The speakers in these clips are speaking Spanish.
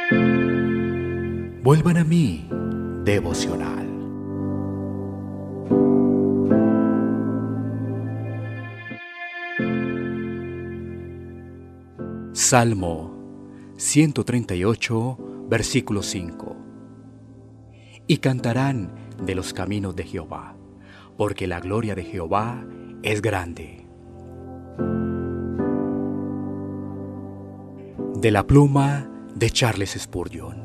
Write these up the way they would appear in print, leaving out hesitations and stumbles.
Vuelvan a mí, devocional. Salmo 138, versículo 5. Y cantarán de los caminos de Jehová, porque la gloria de Jehová es grande. De la pluma de Charles Spurgeon.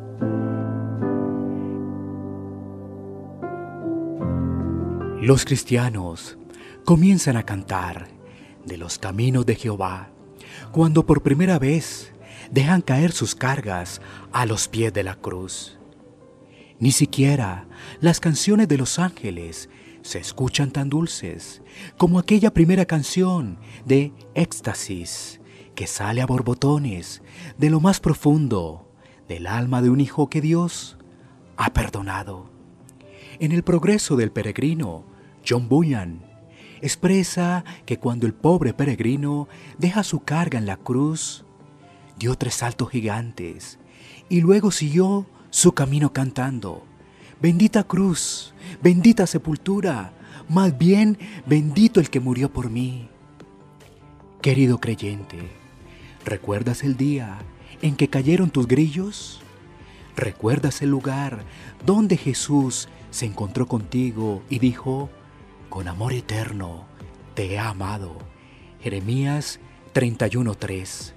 Los cristianos comienzan a cantar de los caminos de Jehová cuando por primera vez dejan caer sus cargas a los pies de la cruz. Ni siquiera las canciones de los ángeles se escuchan tan dulces como aquella primera canción de éxtasis que sale a borbotones de lo más profundo del alma de un hijo que Dios ha perdonado. En El progreso del peregrino, John Bunyan expresa que cuando el pobre peregrino deja su carga en la cruz, dio 3 saltos gigantes y luego siguió su camino cantando: bendita cruz, bendita sepultura, más bien bendito el que murió por mí. Querido creyente, ¿recuerdas el día en que cayeron tus grillos? ¿Recuerdas el lugar donde Jesús se encontró contigo y dijo: con amor eterno te he amado? Jeremías 31:3.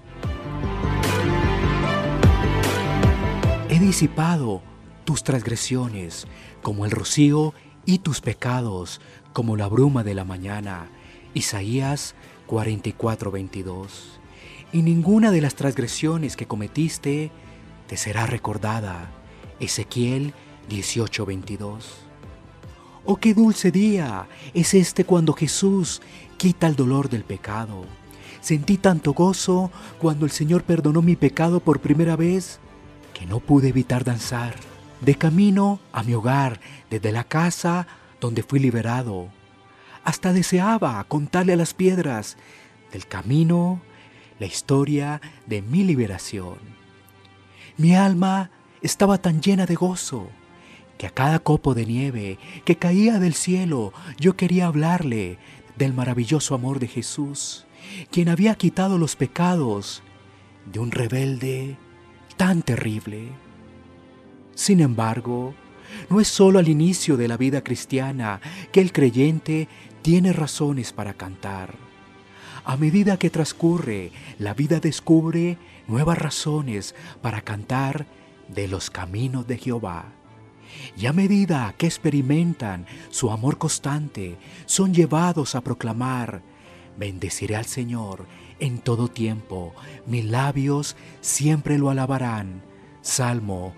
He disipado tus transgresiones como el rocío y tus pecados como la bruma de la mañana. Isaías 44:22. Y ninguna de las transgresiones que cometiste te será recordada. Ezequiel 18:22. Oh, qué dulce día es este cuando Jesús quita el dolor del pecado. Sentí tanto gozo cuando el Señor perdonó mi pecado por primera vez que no pude evitar danzar. De camino a mi hogar, desde la casa donde fui liberado, hasta deseaba contarle a las piedras del camino la historia de mi liberación. Mi alma estaba tan llena de gozo que a cada copo de nieve que caía del cielo yo quería hablarle del maravilloso amor de Jesús, quien había quitado los pecados de un rebelde tan terrible. Sin embargo, no es solo al inicio de la vida cristiana que el creyente tiene razones para cantar. A medida que transcurre, la vida descubre nuevas razones para cantar de los caminos de Jehová. Y a medida que experimentan su amor constante, son llevados a proclamar: bendeciré al Señor en todo tiempo, mis labios siempre lo alabarán. Salmo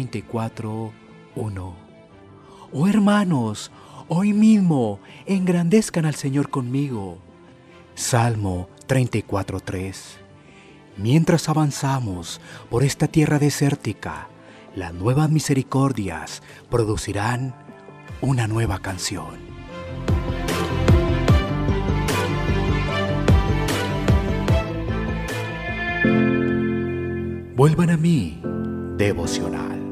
34:1. Oh hermanos, hoy mismo engrandezcan al Señor conmigo. Salmo 34:3. Mientras avanzamos por esta tierra desértica, las nuevas misericordias producirán una nueva canción. Vuelvan a mí, devocional.